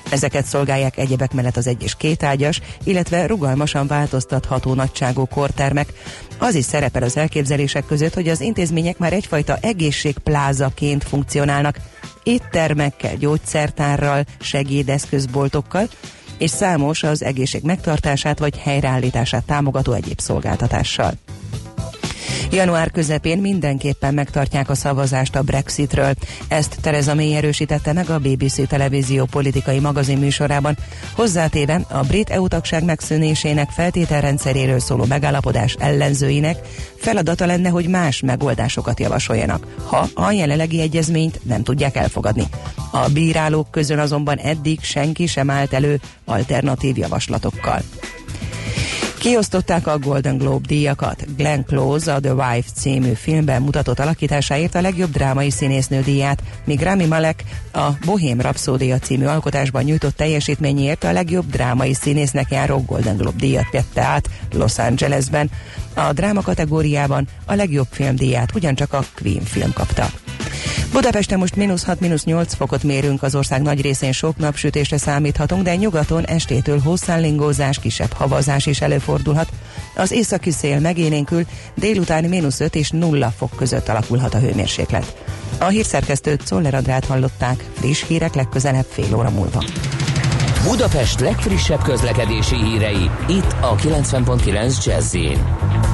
Ezeket szolgálják egyebek mellett az egy és két ágyas, illetve rugalmasan változtatható nagyságú kórtermek. Az is szerepel az elképzelések között, hogy az intézmények már egyfajta egészségplázaként funkcionálnak, éttermekkel, gyógyszertárral, segédeszközboltokkal, és számos az egészség megtartását vagy helyreállítását támogató egyéb szolgáltatással. Január közepén mindenképpen megtartják a szavazást a Brexitről. Ezt Theresa May erősítette meg a bé bé cé televízió politikai magazin műsorában. Hozzátéve a brit é u-tagság megszűnésének feltételrendszeréről szóló megállapodás ellenzőinek feladata lenne, hogy más megoldásokat javasoljanak, ha a jelenlegi egyezményt nem tudják elfogadni. A bírálók közül azonban eddig senki sem állt elő alternatív javaslatokkal. Kiosztották a Golden Globe díjakat. Glenn Close a The Wife című filmben mutatott alakításáért a legjobb drámai színésznő díját, míg Rami Malek a Bohém Rhapsódia című alkotásban nyújtott teljesítményért a legjobb drámai színésznek járó Golden Globe díjat vette át Los Angelesben. A dráma kategóriában a legjobb filmdíját ugyancsak a Queen film kapta. Budapesten most mínusz hat, mínusz nyolc fokot mérünk, az ország nagy részén sok napsütésre számíthatunk, de nyugaton estétől hószállingózás, kisebb havazás is előfordulhat. Az északi szél megélénkül, délután mínusz öt és nulla fok között alakulhat a hőmérséklet. A hírszerkesztőt, Czoller Andrát hallották, friss hírek legközelebb fél óra múlva. Budapest legfrissebb közlekedési hírei, itt a kilencven pont kilenc Jazz-in.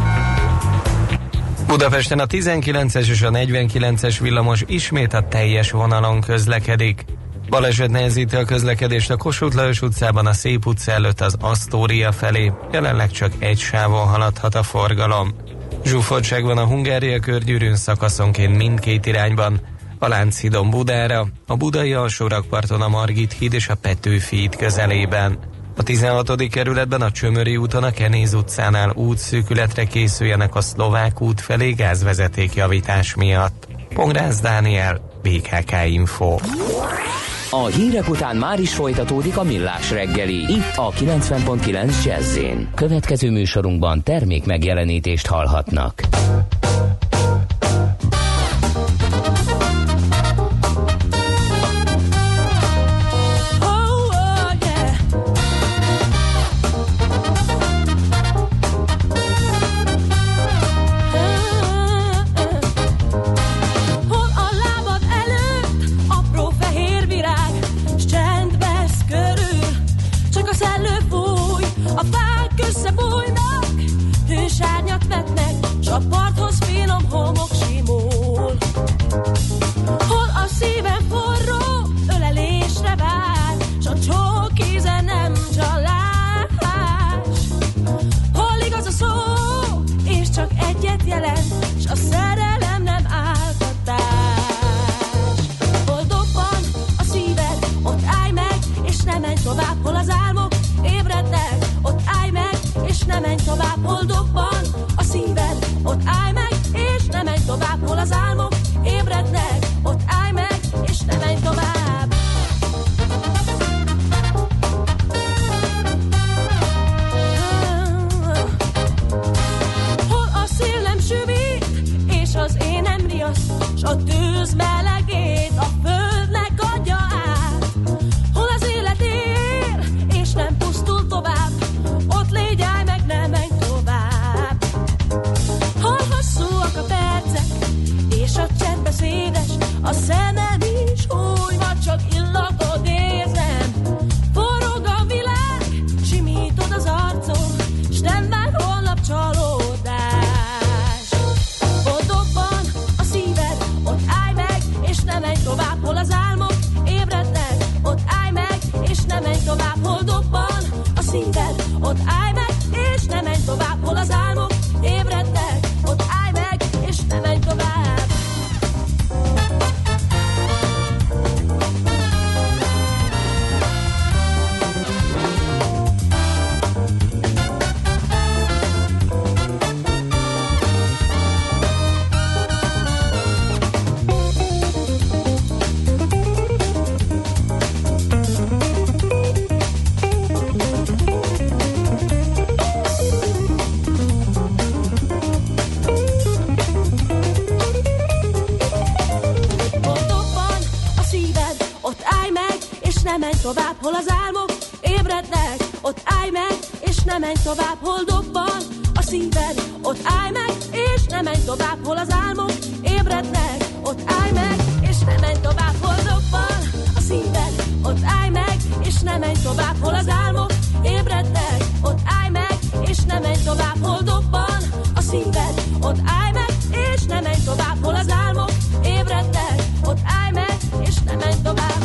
Budapesten a tizenkilences és a negyvenkilences villamos ismét a teljes vonalon közlekedik. Baleset nehezíti a közlekedést a Kossuth Lajos utcában, a Szép utca előtt az Asztória felé, jelenleg csak egy sávon haladhat a forgalom. Zsúfoltság van a Hungária körgyűrűn szakaszonként mindkét irányban, a Lánchídon Budára, a budai alsórakparton a Margit híd és a Petőfi híd közelében. A tizenhatodik kerületben a Csömöri úton a Kenéz utcánál útszűkületre készüljenek a Szlovák út felé gázvezetékjavítás miatt. Pongrász Dániel, bé ká ká Info. A hírek után már is folytatódik a Millás reggeli, itt a kilencven pont kilenc Jazz-in. Következő műsorunkban termék megjelenítést hallhatnak. ne menj tovább, hol az álmok ébrednek, ott állj meg, és ne menj tovább, hol dobban a szíved, ott állj meg, és ne menj tovább, hol az álmok ébrednek, ott állj meg, és ne menj tovább, hol dobban a szíved, ott állj meg, és ne menj tovább, hol az álmok ébrednek, ott állj meg, és ne menj tovább, hol dobban a szíved, ott állj meg, és ne menj tovább, hol az álmok ébrednek, ott állj meg, és ne menj tovább.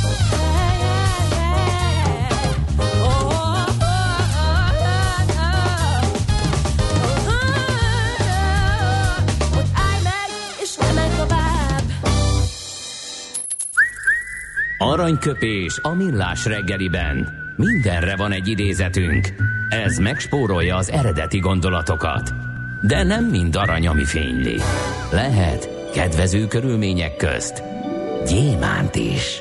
Aranyköpés a millás reggeliben. Mindenre van egy idézetünk. Ez megspórolja az eredeti gondolatokat. De nem mind arany, ami fényli. Lehet kedvező körülmények közt gyémánt is.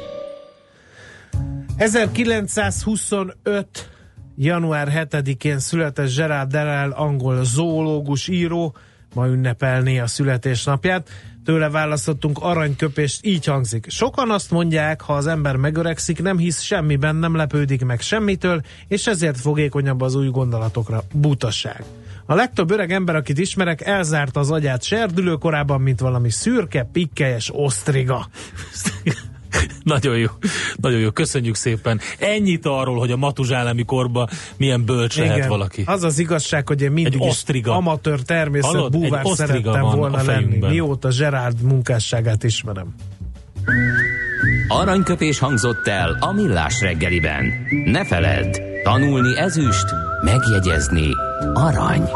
ezerkilencszázhuszonöt. január hetedikén született Gerald Darrell, angol zoológus, író, ma ünnepelné a születésnapját. Tőle választottunk aranyköpést, így hangzik. Sokan azt mondják, ha az ember megöregszik, nem hisz semmiben, nem lepődik meg semmitől, és ezért fogékonyabb az új gondolatokra. Butaság. A legtöbb öreg ember, akit ismerek, elzárta az agyát serdülőkorában, mint valami szürke, pikkelyes osztriga. Nagyon jó, nagyon jó, köszönjük szépen. Ennyit arról, hogy a matuzsálemi korban milyen bölcs lehet igen, valaki. Az az igazság, hogy én mindig is amatőr természet búvár szerettem volna lenni. Mióta Gerard munkásságát ismerem. Aranyköpés hangzott el a millás reggeliben. Ne feledd, tanulni ezüst, megjegyezni arany.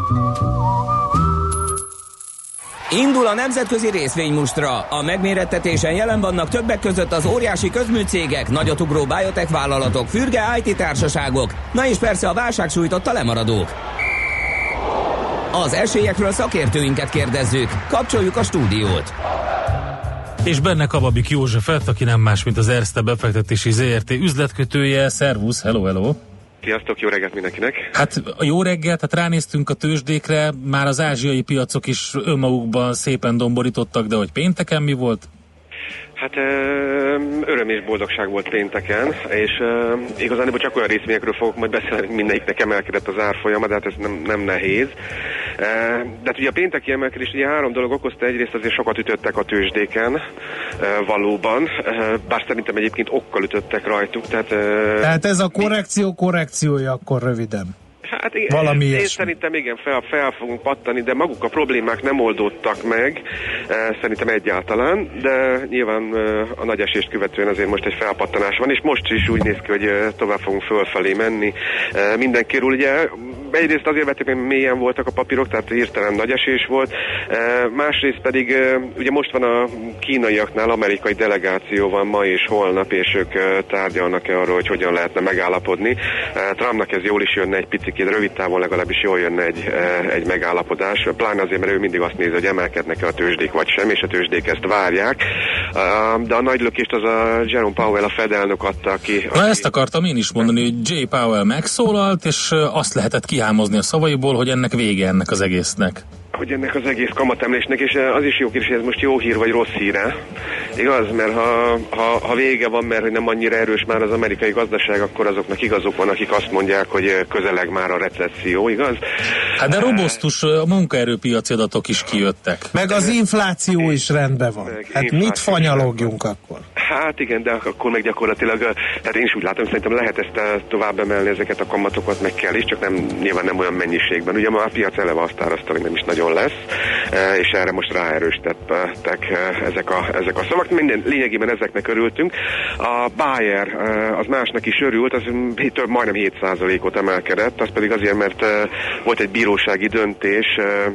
Indul a nemzetközi részvénymustra. A megmérettetésen jelen vannak többek között az óriási közműcégek, nagyotugró biotech vállalatok, fürge i té társaságok, na és persze a válság sújtotta lemaradók. Az esélyekről szakértőinket kérdezzük. Kapcsoljuk a stúdiót. És benne Kababik Józsefet, aki nem más, mint az Erste befektetési zé er té üzletkötője. Szervusz, hello, hello! Sziasztok, jó reggelt mindenkinek! Hát a jó reggelt, hát ránéztünk a tőzsdékre, már az ázsiai piacok is önmagukban szépen domborítottak, de hogy pénteken mi volt? Hát öröm és boldogság volt pénteken, és uh, igazán csak olyan részvényekről fogok majd beszélni, hogy mindegyiknek emelkedett az árfolyama, de hát ez nem, nem nehéz. Uh, de hát ugye a pénteki emelkedés ugye három dolog okozta, egyrészt azért sokat ütöttek a tőzsdéken, uh, valóban, uh, bár szerintem egyébként okkal ütöttek rajtuk. Tehát, uh, tehát ez a korrekció korrekciója akkor röviden. Hát igen, valami én szerintem igen, fel, fel fogunk pattani, de maguk a problémák nem oldódtak meg, e, szerintem egyáltalán, de nyilván e, a nagy esést követően azért most egy felpattanás van, és most is úgy néz ki, hogy e, tovább fogunk fölfelé menni e, mindenkiről. Ugye egyrészt azért vették, mert mélyen voltak a papírok, tehát hirtelen nagy esés volt, e, másrészt pedig e, ugye most van a kínaiaknál amerikai delegáció van ma és holnap, és ők e, tárgyalnak-e arról, hogy hogyan lehetne megállapodni. E, Trumpnak ez jól is jönne egy picit, rövid távon legalábbis jól jönne egy, egy megállapodás, pláne azért, mert ő mindig azt nézi, hogy emelkednek-e a tőzsdék vagy sem, és a tőzsdék ezt várják. De a nagy lökést az a Jerome Powell, a Fed elnök adta ki. Na aki... ezt akartam én is mondani, hogy J. Powell megszólalt, és azt lehetett kihámozni a szavaiból, hogy ennek vége ennek az egésznek. Hogy ennek az egész kamatemlésnek, és az is jó kérdés, hogy ez most jó hír vagy rossz híre. Igaz? Mert ha, ha, ha vége van, mert hogy nem annyira erős már az amerikai gazdaság, akkor azoknak igazuk van, akik azt mondják, hogy közeleg már a recesszió, igaz? Hát de robosztus a munkaerőpiaci adatok is kijöttek. Meg az infláció is rendben van. Hát mit fanyalogjunk akkor? Hát igen, de akkor meg gyakorlatilag, tehát én is úgy látom, szerintem lehet ezt tovább emelni, ezeket a kamatokat, meg kell is, csak nem, nyilván nem olyan mennyiségben. Ugye ma a piac eleve azt árazta, hogy nem is nagyon lesz, és erre most ráerősítettek ezek a, ezek a szavak. Minden lényegében ezeknek örültünk. A Bayer az másnak is örült, az több, majdnem hét százalékot emelkedett, az pedig azért, mert volt egy bírósági döntés,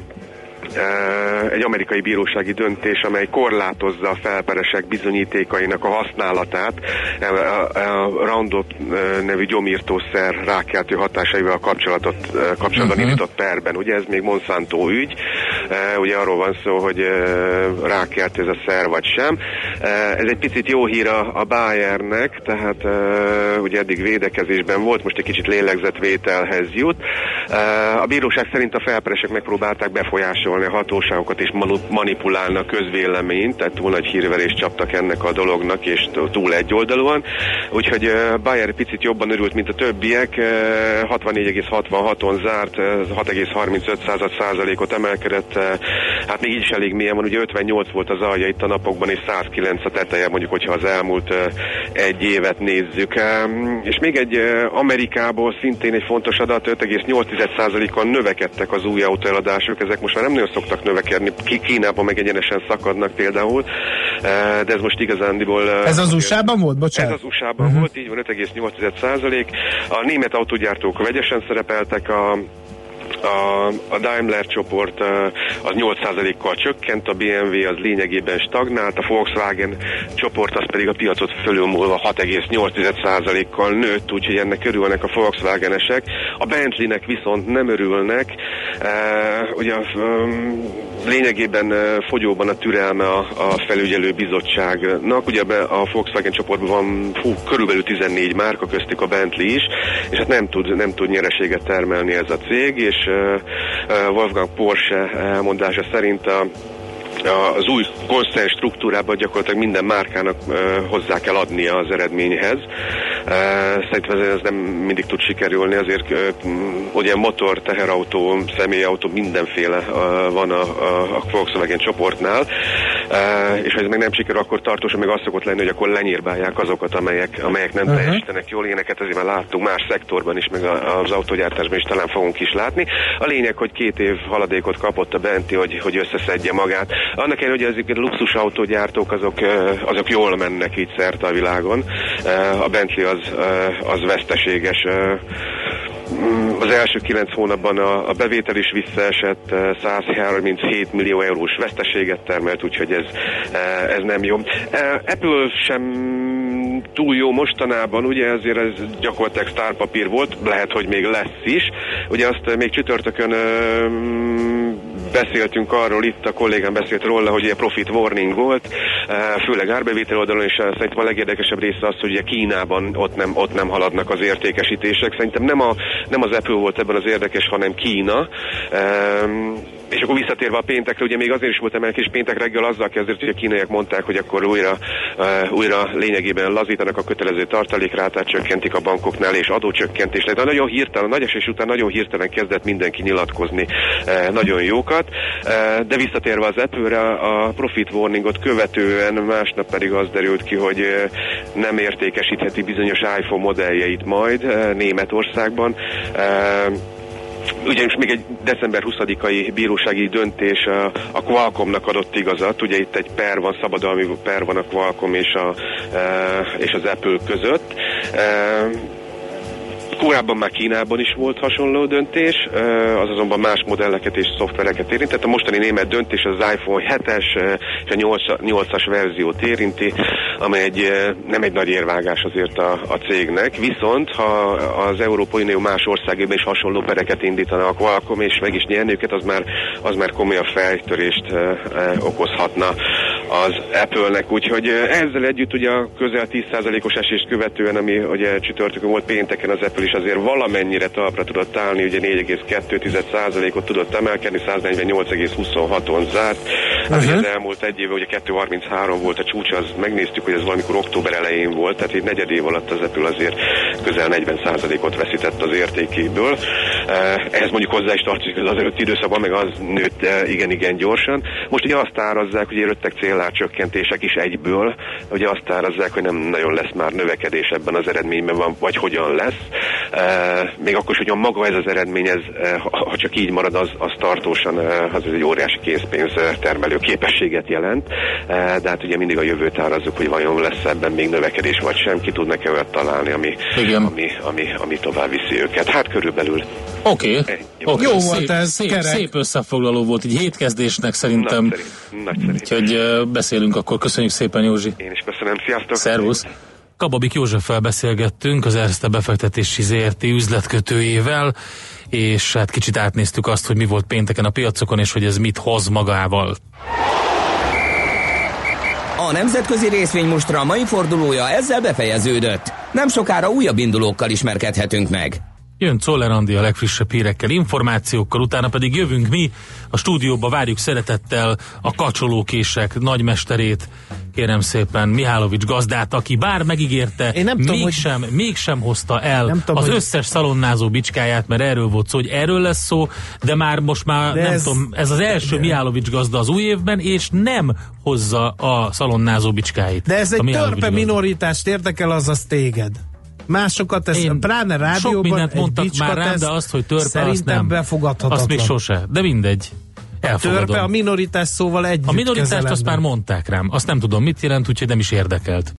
egy amerikai bírósági döntés, amely korlátozza a felperesek bizonyítékainak a használatát a Roundup nevű gyomírtószer rákkeltő hatásaival kapcsolatot, kapcsolatban uh-huh. indított perben. Ugye ez még Monsanto ügy, ugye arról van szó, hogy rákkeltő ez a szer vagy sem. Ez egy picit jó hír a, a Bayernnek, tehát uh, ugye eddig védekezésben volt, most egy kicsit lélegzetvételhez jut. Uh, a bíróság szerint a felperesek megpróbálták befolyásolni a hatóságokat és manu- manipulálni a közvéleményt, tehát túl nagy hírverést csaptak ennek a dolognak, és túl egyoldalúan. Úgyhogy uh, Bayern picit jobban örült, mint a többiek, uh, hatvannégy egész hatvanhaton zárt, uh, hat egész harmincöt százalékot emelkedett, uh, hát még így is elég mélyen van, ugye ötvennyolc volt az alja itt a napokban, és száz kilenc a teteje, mondjuk, hogyha az elmúlt uh, egy évet nézzük. Um, és még egy uh, Amerikából szintén egy fontos adat, öt egész nyolc százalékkal növekedtek az új autóeladások, ezek most már nem nagyon szoktak növekedni, Kínában meg egyenesen szakadnak például, uh, de ez most igazándiból... Uh, ez az u es á-ban volt, bocsánat? Ez az u es á-ban uh-huh. volt, így van, öt egész nyolc százalék. A német autógyártók vegyesen szerepeltek, a A, a Daimler csoport az nyolc százalékkal csökkent, a bé em vé az lényegében stagnált, a Volkswagen csoport az pedig a piacot fölülmúlva hat egész nyolc százalékkal nőtt, úgyhogy ennek örülnek a Volkswagenesek. A Bentleynek viszont nem örülnek, uh, ugye um, lényegében uh, fogyóban a türelme a, a felügyelő bizottságnak, ugye a Volkswagen csoportban van fú, körülbelül tizennégy márka, köztük a Bentley is, és hát nem tud, nem tud nyereséget termelni ez a cég, és Wolfgang Porsche elmondása szerint a az új konszern struktúrában gyakorlatilag minden márkának uh, hozzá kell adnia az eredményhez. Uh, szerintem ez, ez nem mindig tud sikerülni, azért uh, ugye motor, teherautó, személyautó, mindenféle uh, van a, a, a Volkswagen csoportnál, uh, és ha ez meg nem sikerül, akkor tartósan meg az szokott lenni, hogy akkor lenyírbálják azokat, amelyek, amelyek nem uh-huh. teljesítenek jól. Ilyeneket azért már láttunk más szektorban is, meg az autógyártásban is talán fogunk is látni. A lényeg, hogy két év haladékot kapott a Bentley, hogy, hogy összeszedje magát. Annak ellenére, hogy ezek a luxus autógyártók azok, azok jól mennek így szerte a világon. A Bentley az, az veszteséges. Az első kilenc hónapban a, a bevétel is visszaesett, száz harminchét millió eurós veszteséget termelt, úgyhogy ez, ez nem jó. Apple sem túl jó mostanában, ugye ezért ez gyakorlatilag sztárpapír volt, lehet, hogy még lesz is. Ugye azt még csütörtökön beszéltünk arról, itt a kollégám beszélt róla, hogy ugye profit warning volt, főleg árbevétel oldalon, és szerintem a legérdekesebb része az, hogy ugye Kínában ott nem, ott nem haladnak az értékesítések. Szerintem nem, a, nem az Apple volt ebben az érdekes, hanem Kína. És akkor visszatérve a péntekre, ugye még azért is volt emelkedés péntek reggel azzal kezdődött, hogy a kínaiak mondták, hogy akkor újra, uh, újra lényegében lazítanak a kötelező tartalékrátát, csökkentik a bankoknál, és adócsökkentés lett. De nagyon hirtelen, nagy esés után nagyon hirtelen kezdett mindenki nyilatkozni uh, nagyon jókat. Uh, de visszatérve az Apple-re, a profit warningot követően másnap pedig az derült ki, hogy uh, nem értékesítheti bizonyos iPhone modelljeit majd uh, Németországban. Uh, Ugyanis még egy december huszadikai bírósági döntés a, a Qualcommnak adott igazat, ugye itt egy per van, szabadalmi per van a Qualcomm és, a, e, és az Apple között. E, Korábban már Kínában is volt hasonló döntés, az azonban más modelleket és szoftvereket érintett. A mostani német döntés az iPhone hetes és a nyolcas verziót érinti, amely egy, nem egy nagy érvágás azért a, a cégnek. Viszont, ha az Európai Unió más országében is hasonló pereket indítana a Qualcomm, és meg is nyerni őket, az már, az már komolyabb fejtörést okozhatna az Apple-nek. Úgyhogy ezzel együtt ugye a közel tíz százalékos esést követően, ami ugye csütörtökön volt, pénteken az Apple is azért valamennyire talpra tudott állni, ugye négy egész kettő százalékot tudott emelkedni, száznegyvennyolc egész huszonhaton zárt. Hát uh-huh. Az elmúlt egy éve ugye kettő egész harminchárom volt a csúcs, az megnéztük, hogy ez valamikor október elején volt, tehát egy negyed év alatt az Apple azért közel negyven százalékot veszített az értékéből. Ehhez mondjuk hozzá is tartozik, az előtti időszakban meg az nőtt igen-igen gyorsan. Most ugye azt árazzák, hogy jöttek célárcsökkentések is egyből, ugye azt árazzák, hogy nem nagyon lesz már növekedés ebben az eredményben, van, vagy hogyan lesz. Még akkor is, hogy maga ez az eredmény, ez, ha csak így marad, az, az tartósan az egy óriási készpénz termelő képességet jelent, de hát ugye mindig a jövőt árazzuk, hogy vajon lesz ebben még növekedés, vagy sem, ki tudnak-e olyat találni, ami, ami, ami, ami tovább viszi őket. Hát körülbelül. Oké, okay. okay. Jó szép, volt ez, szép, szép összefoglaló volt, így hétkezdésnek szerintem. Nagyszerű, nagyszerű. Úgyhogy uh, beszélünk akkor. Köszönjük szépen, Józsi. Én is köszönöm, sziasztok. Szervusz. Kababik Józseffel beszélgettünk, az Erste befektetési zé er té üzletkötőjével, és hát kicsit átnéztük azt, hogy mi volt pénteken a piacokon, és hogy ez mit hoz magával. A nemzetközi részvénymustra mai fordulója ezzel befejeződött. Nem sokára újabb indulókkal ismerkedhetünk meg. Jön Czoller Andi a legfrissebb hírekkel, információkkal, utána pedig jövünk mi. A stúdióba várjuk szeretettel a kacsolókések nagymesterét, kérem szépen, Mihálovics gazdát, aki bár megígérte, mégsem, hogy... mégsem hozta el tudom, az hogy... összes szalonnázó bicskáját, mert erről volt szó, hogy erről lesz szó, de már most már de nem ez... tudom, ez az első de... Mihálovics gazda az új évben, és nem hozza a szalonnázó bicskáit. De ez egy törpe minoritást érdekel, azaz téged. Másokat ez Én pláne rádióban sok mindent mondtak már rám, de azt, hogy törpe, azt nem. Befogadhatatlan. Azt még sose, de mindegy. Elfogadom. A törpe a minoritás szóval együtt A minoritást kezelemben. Azt már mondták rám. Azt nem tudom, mit jelent, úgyhogy nem is érdekelt.